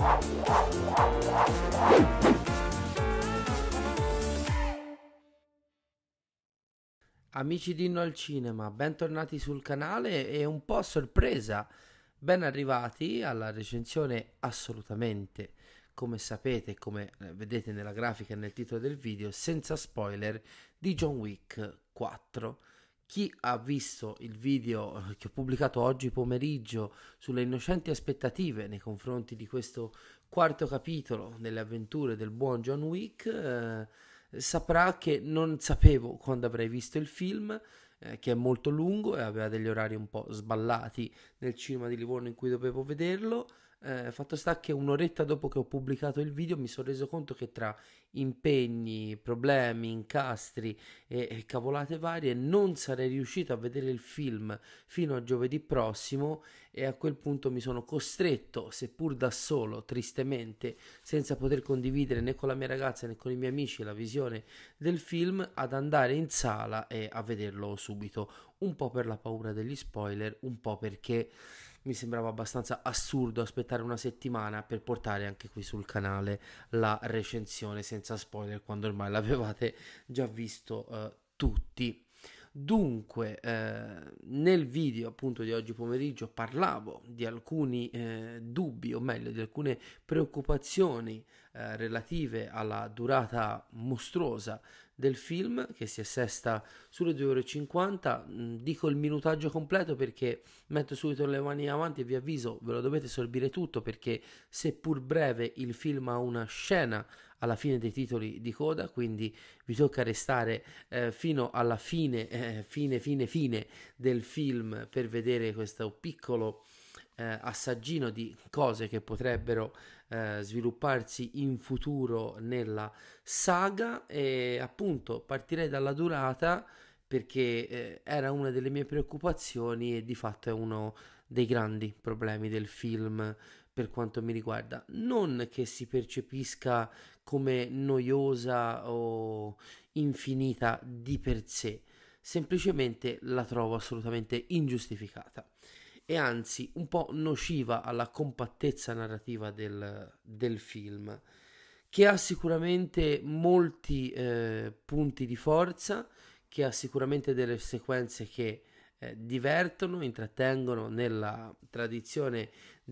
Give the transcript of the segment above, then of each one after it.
Amici di Inno al Cinema, bentornati sul canale e un po' a sorpresa, ben arrivati alla recensione assolutamente, come sapete, come vedete nella grafica e nel titolo del video, senza spoiler, di John Wick 4. Chi ha visto il video che ho pubblicato oggi pomeriggio sulle innocenti aspettative nei confronti di questo quarto capitolo delle avventure del buon John Wick, saprà che non sapevo quando avrei visto il film, che è molto lungo e aveva degli orari un po' sballati nel cinema di Livorno in cui dovevo vederlo. Fatto sta che un'oretta dopo che ho pubblicato il video mi sono reso conto che tra impegni, problemi, incastri e cavolate varie non sarei riuscito a vedere il film fino a giovedì prossimo, e a quel punto mi sono costretto, seppur da solo, tristemente, senza poter condividere né con la mia ragazza né con i miei amici la visione del film, ad andare in sala e a vederlo subito, un po' per la paura degli spoiler, un po' perché mi sembrava abbastanza assurdo aspettare una settimana per portare anche qui sul canale la recensione senza spoiler quando ormai l'avevate già visto tutti. Dunque, nel video appunto di oggi pomeriggio parlavo di alcuni dubbi, o meglio di alcune preoccupazioni relative alla durata mostruosa del film, che si assesta sulle 2 ore e 50. Dico il minutaggio completo perché metto subito le mani avanti e vi avviso, ve lo dovete sorbire tutto, perché seppur breve il film ha una scena alla fine dei titoli di coda, quindi vi tocca restare fino alla fine del film per vedere questo piccolo assaggino di cose che potrebbero svilupparsi in futuro nella saga. E appunto partirei dalla durata perché era una delle mie preoccupazioni e di fatto è uno dei grandi problemi del film per quanto mi riguarda. Non che si percepisca come noiosa o infinita di per sé, semplicemente la trovo assolutamente ingiustificata e anzi un po' nociva alla compattezza narrativa del film, che ha sicuramente molti punti di forza, che ha sicuramente delle sequenze che divertono, intrattengono nella tradizione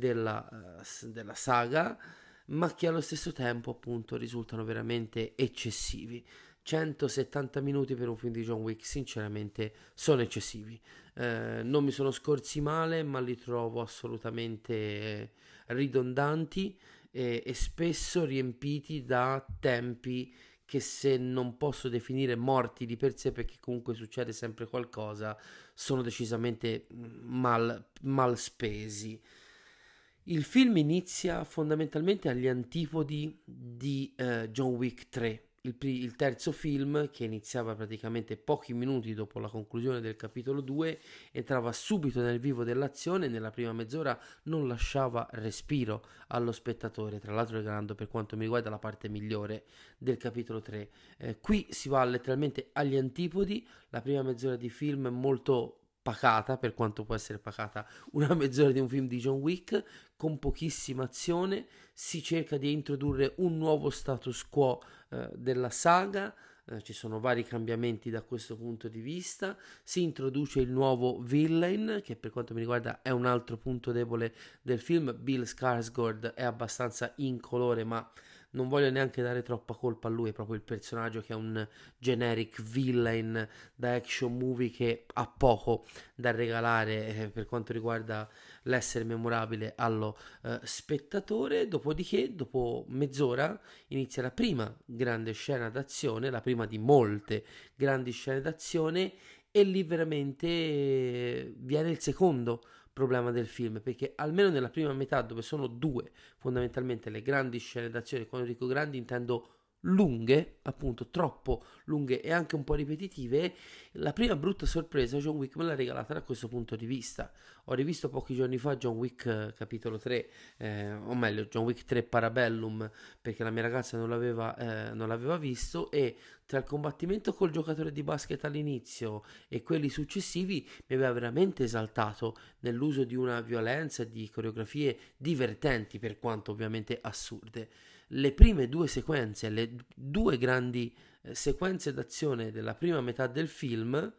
della saga, ma che allo stesso tempo appunto risultano veramente eccessivi. 170 minuti per un film di John Wick sinceramente sono eccessivi. Non mi sono scorsi male, ma li trovo assolutamente ridondanti e spesso riempiti da tempi che, se non posso definire morti di per sé perché comunque succede sempre qualcosa, sono decisamente mal spesi. Il film inizia fondamentalmente agli antipodi di John Wick 3, il terzo film, che iniziava praticamente pochi minuti dopo la conclusione del capitolo 2, entrava subito nel vivo dell'azione e nella prima mezz'ora non lasciava respiro allo spettatore, tra l'altro regalando per quanto mi riguarda la parte migliore del capitolo 3. Qui si va letteralmente agli antipodi. La prima mezz'ora di film è molto pacata, per quanto può essere pacata una mezz'ora di un film di John Wick, con pochissima azione. Si cerca di introdurre un nuovo status quo della saga. Ci sono vari cambiamenti da questo punto di vista. Si introduce il nuovo villain, che per quanto mi riguarda è un altro punto debole del film. Bill Skarsgård è abbastanza incolore, ma non voglio neanche dare troppa colpa a lui, è proprio il personaggio che è un generic villain da action movie che ha poco da regalare per quanto riguarda l'essere memorabile allo spettatore. Dopodiché, dopo mezz'ora, inizia la prima grande scena d'azione, la prima di molte grandi scene d'azione, e lì veramente viene il secondo problema del film, perché almeno nella prima metà, dove sono due fondamentalmente le grandi scene d'azione, quando dico grandi intendo lunghe, appunto troppo lunghe e anche un po' ripetitive. La prima brutta sorpresa John Wick me l'ha regalata da questo punto di vista. Ho rivisto pochi giorni fa John Wick capitolo 3, o meglio John Wick 3 Parabellum, perché la mia ragazza non l'aveva visto, e tra il combattimento col giocatore di basket all'inizio e quelli successivi mi aveva veramente esaltato nell'uso di una violenza e di coreografie divertenti, per quanto ovviamente assurde. Le prime due sequenze, le due grandi sequenze d'azione della prima metà del film,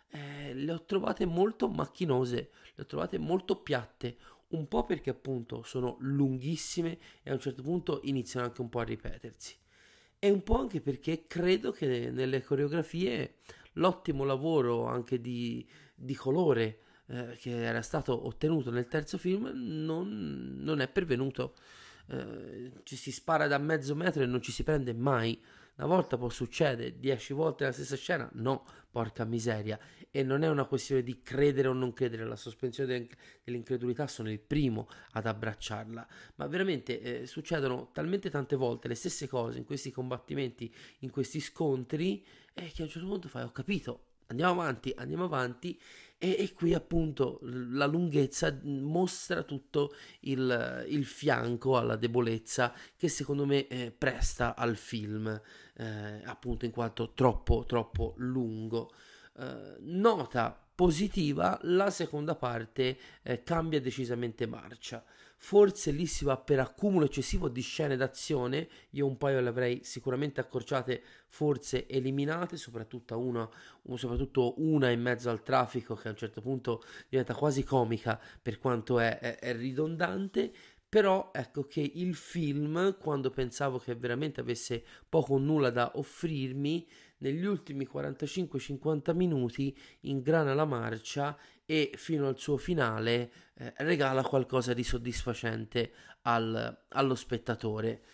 le ho trovate molto macchinose, le ho trovate molto piatte, un po' perché appunto sono lunghissime e a un certo punto iniziano anche un po' a ripetersi. E un po' anche perché credo che nelle coreografie l'ottimo lavoro anche di colore che era stato ottenuto nel terzo film non è pervenuto. Ci si spara da mezzo metro e non ci si prende mai. Una volta può succedere, 10 volte la stessa scena? No, porca miseria. E non è una questione di credere o non credere, la sospensione dell'incredulità sono il primo ad abbracciarla. Ma veramente succedono talmente tante volte le stesse cose in questi combattimenti, in questi scontri, che a un certo punto fai, ho capito, andiamo avanti, e qui appunto la lunghezza mostra tutto il fianco alla debolezza che secondo me presta al film, appunto in quanto troppo lungo. Nota positiva, la seconda parte cambia decisamente marcia. Forse lì si va per accumulo eccessivo di scene d'azione, io un paio le avrei sicuramente accorciate, forse eliminate, soprattutto una in mezzo al traffico che a un certo punto diventa quasi comica per quanto è ridondante. Però ecco che il film, quando pensavo che veramente avesse poco o nulla da offrirmi, negli ultimi 45-50 minuti ingrana la marcia e fino al suo finale regala qualcosa di soddisfacente allo spettatore.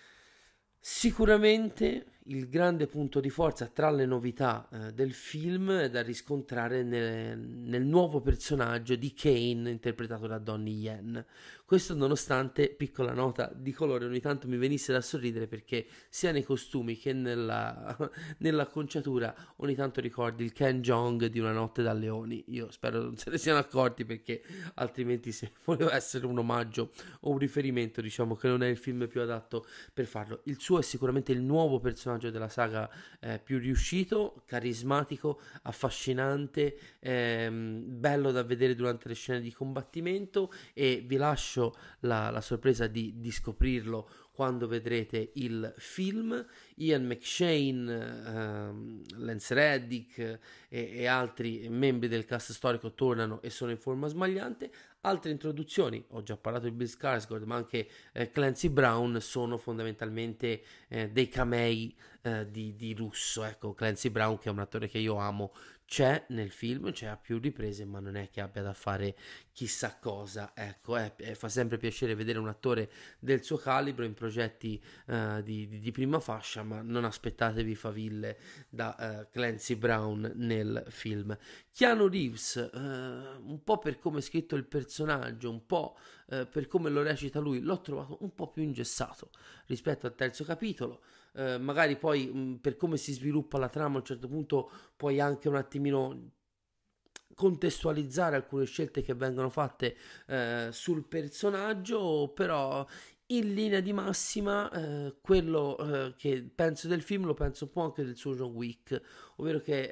Sicuramente il grande punto di forza tra le novità del film è da riscontrare nel nuovo personaggio di Kane interpretato da Donnie Yen. Questo nonostante, piccola nota di colore, ogni tanto mi venisse da sorridere perché sia nei costumi che nell'acconciatura ogni tanto ricordi il Ken Jeong di Una notte da leoni. Io spero non se ne siano accorti, perché altrimenti, se voleva essere un omaggio o un riferimento, diciamo che non è il film più adatto per farlo. Il suo è sicuramente il nuovo personaggio della saga più riuscito, carismatico, affascinante, bello da vedere durante le scene di combattimento, e vi lascio la sorpresa di scoprirlo quando vedrete il film. Ian McShane, Lance Reddick e altri membri del cast storico tornano e sono in forma smagliante. Altre introduzioni, ho già parlato di Bill Skarsgård, ma anche Clancy Brown sono fondamentalmente dei camei di lusso. Ecco, Clancy Brown, che è un attore che io amo, c'è nel film, c'è a più riprese, ma non è che abbia da fare chissà cosa. Ecco, fa sempre piacere vedere un attore del suo calibro in progetti di prima fascia, ma non aspettatevi faville da Clancy Brown nel film. Keanu Reeves, un po' per come è scritto il personaggio, un po' per come lo recita lui, l'ho trovato un po' più ingessato rispetto al terzo capitolo. Magari poi per come si sviluppa la trama a un certo punto puoi anche un attimino contestualizzare alcune scelte che vengono fatte sul personaggio, però in linea di massima quello che penso del film lo penso un po' anche del suo John Wick, ovvero che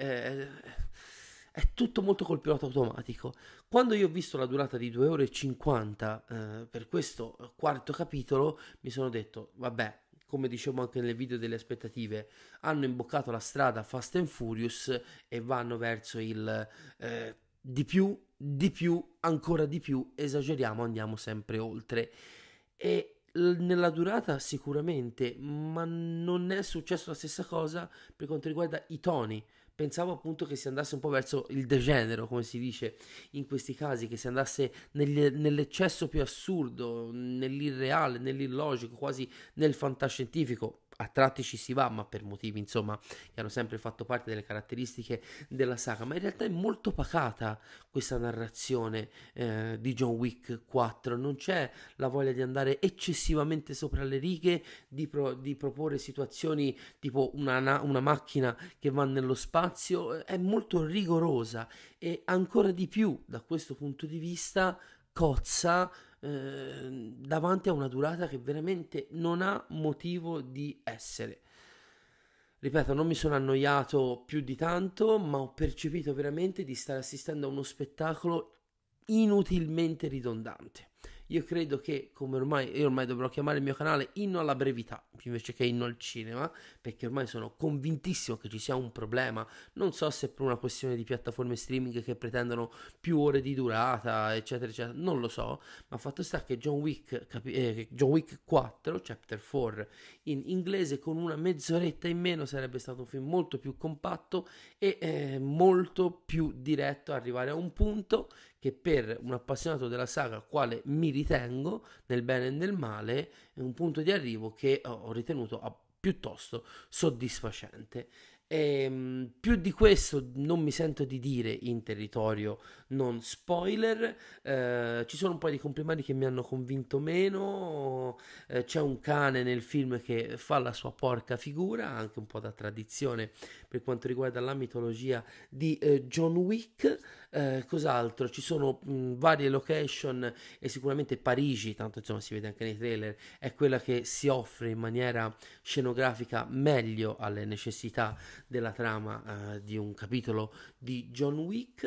è tutto molto col pilota automatico. Quando io ho visto la durata di 2 ore e 50 per questo quarto capitolo, mi sono detto, vabbè, come dicevo anche nel video delle aspettative, hanno imboccato la strada Fast and Furious e vanno verso il di più, ancora di più, esageriamo, andiamo sempre oltre. E nella durata sicuramente, ma non è successo la stessa cosa per quanto riguarda i toni. Pensavo appunto che si andasse un po' verso il degenero, come si dice in questi casi, che si andasse nell'eccesso più assurdo, nell'irreale, nell'illogico, quasi nel fantascientifico. a tratti ci si va, ma per motivi insomma che hanno sempre fatto parte delle caratteristiche della saga, ma in realtà è molto pacata questa narrazione di John Wick 4, non c'è la voglia di andare eccessivamente sopra le righe, di proporre situazioni tipo una macchina che va nello spazio, è molto rigorosa e ancora di più da questo punto di vista cozza davanti a una durata che veramente non ha motivo di essere. Ripeto, non mi sono annoiato più di tanto, ma ho percepito veramente di stare assistendo a uno spettacolo inutilmente ridondante. Io credo che, io ormai dovrò chiamare il mio canale Inno alla brevità, invece che Inno al cinema, perché ormai sono convintissimo che ci sia un problema. Non so se è per una questione di piattaforme streaming che pretendono più ore di durata, eccetera, eccetera, non lo so, ma fatto sta che John Wick 4, Chapter 4, in inglese con una mezz'oretta in meno sarebbe stato un film molto più compatto e molto più diretto a arrivare a un punto che per un appassionato della saga, quale mi ritengo, nel bene e nel male, è un punto di arrivo che ho ritenuto piuttosto soddisfacente. Più di questo non mi sento di dire in territorio non spoiler. Ci sono un po' di complimenti che mi hanno convinto meno. C'è un cane nel film che fa la sua porca figura, anche un po' da tradizione per quanto riguarda la mitologia di John Wick. Cos'altro? Ci sono varie location e sicuramente Parigi, tanto insomma si vede anche nei trailer, è quella che si offre in maniera scenografica meglio alle necessità della trama di un capitolo di John Wick.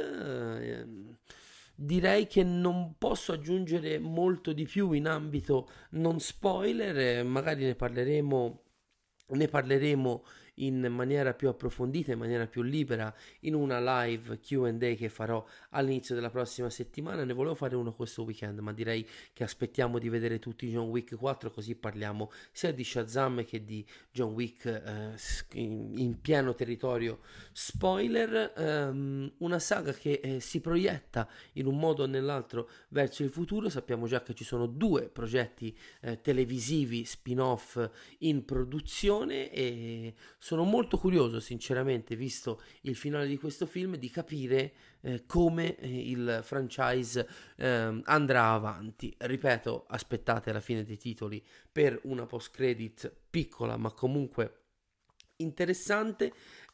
Direi che non posso aggiungere molto di più in ambito non spoiler, magari ne parleremo in maniera più approfondita, in maniera più libera, in una live Q&A che farò all'inizio della prossima settimana. Ne volevo fare uno questo weekend, ma direi che aspettiamo di vedere tutti John Wick 4, così parliamo sia di Shazam che di John Wick in pieno territorio spoiler. Una saga che si proietta in un modo o nell'altro verso il futuro. Sappiamo già che ci sono 2 progetti televisivi spin-off in produzione e sono molto curioso, sinceramente, visto il finale di questo film, di capire come il franchise andrà avanti. Ripeto, aspettate la fine dei titoli per una post-credit piccola, ma comunque interessante.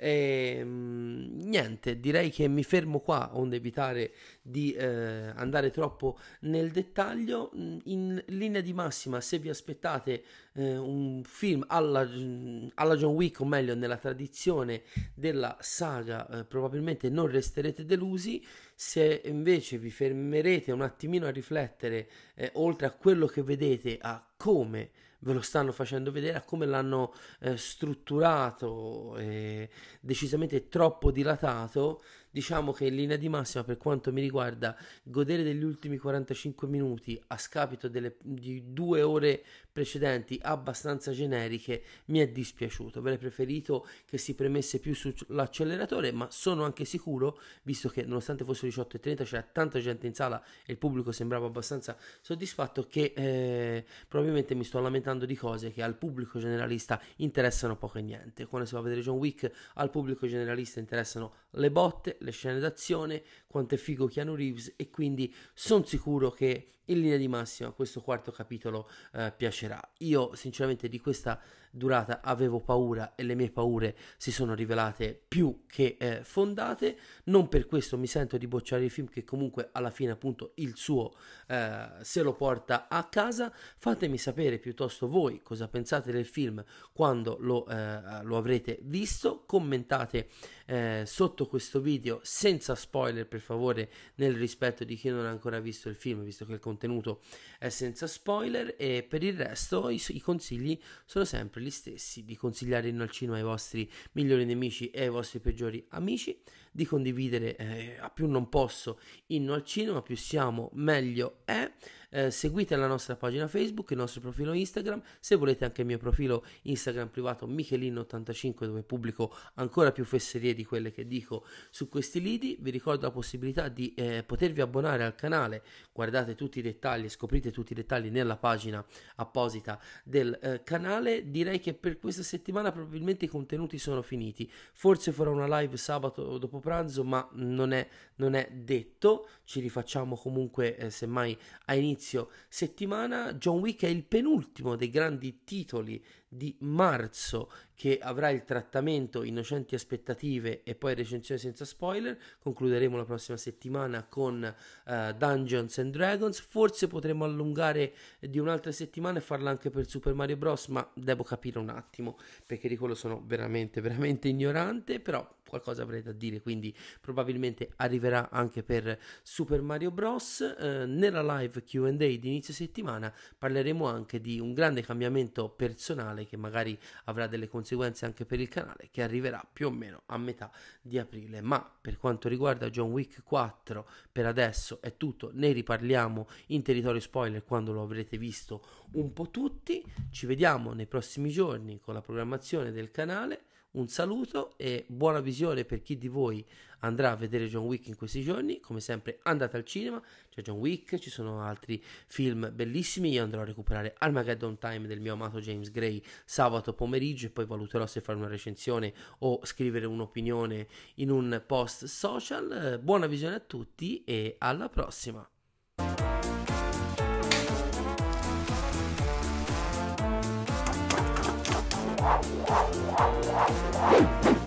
Niente, direi che mi fermo qua onde evitare di andare troppo nel dettaglio. In linea di massima, se vi aspettate un film alla John Wick, o meglio nella tradizione della saga, probabilmente non resterete delusi. Se invece vi fermerete un attimino a riflettere, oltre a quello che vedete, a come ve lo stanno facendo vedere, a come l'hanno strutturato, decisamente troppo dilatato, diciamo che in linea di massima, per quanto mi riguarda, godere degli ultimi 45 minuti a scapito di 2 ore precedenti abbastanza generiche mi è dispiaciuto. Avrei preferito che si premesse più sull'acceleratore, ma sono anche sicuro, visto che nonostante fosse 18:30 c'era tanta gente in sala e il pubblico sembrava abbastanza soddisfatto, che probabilmente mi sto lamentando di cose che al pubblico generalista interessano poco e niente. Quando si va a vedere John Wick, al pubblico generalista interessano le botte, le scene d'azione, quanto è figo Keanu Reeves, e quindi sono sicuro che in linea di massima questo quarto capitolo piacerà. Io sinceramente di questa durata avevo paura e le mie paure si sono rivelate più che fondate. Non per questo mi sento di bocciare il film, che comunque alla fine appunto il suo se lo porta a casa. Fatemi sapere piuttosto voi cosa pensate del film quando lo avrete visto. Commentate sotto questo video senza spoiler, per favore, nel rispetto di chi non ha ancora visto il film, visto che il contenuto è senza spoiler. E per il resto i consigli sono sempre gli stessi: di consigliare Inno al cinema ai vostri migliori nemici e ai vostri peggiori amici, di condividere a più non posso Inno al Cinema, più siamo meglio è. Seguite la nostra pagina Facebook, il nostro profilo Instagram, se volete anche il mio profilo Instagram privato Michelin85, dove pubblico ancora più fesserie di quelle che dico su questi lidi. Vi ricordo la possibilità di potervi abbonare al canale, guardate tutti i dettagli, scoprite tutti i dettagli nella pagina apposita del canale. Direi che per questa settimana probabilmente i contenuti sono finiti, forse farò una live sabato dopo pranzo, ma non è detto, ci rifacciamo comunque semmai a inizio settimana. John Wick è il penultimo dei grandi titoli di marzo che avrà il trattamento Innocenti Aspettative e poi recensione senza spoiler. Concluderemo la prossima settimana con Dungeons and Dragons, forse potremo allungare di un'altra settimana e farla anche per Super Mario Bros, ma devo capire un attimo perché di quello sono veramente ignorante, però qualcosa avrei da dire, quindi probabilmente arriverà anche per Super Mario Bros. Nella live Q&A di inizio settimana parleremo anche di un grande cambiamento personale che magari avrà delle conseguenze anche per il canale, che arriverà più o meno a metà di aprile. Ma per quanto riguarda John Wick 4 per adesso è tutto, ne riparliamo in territorio spoiler quando lo avrete visto un po' tutti. Ci vediamo nei prossimi giorni con la programmazione del canale. Un saluto e buona visione per chi di voi andrà a vedere John Wick in questi giorni. Come sempre andate al cinema, c'è John Wick, ci sono altri film bellissimi. Io andrò a recuperare Armageddon Time del mio amato James Gray sabato pomeriggio e poi valuterò se fare una recensione o scrivere un'opinione in un post social. Buona visione a tutti e alla prossima. Wow.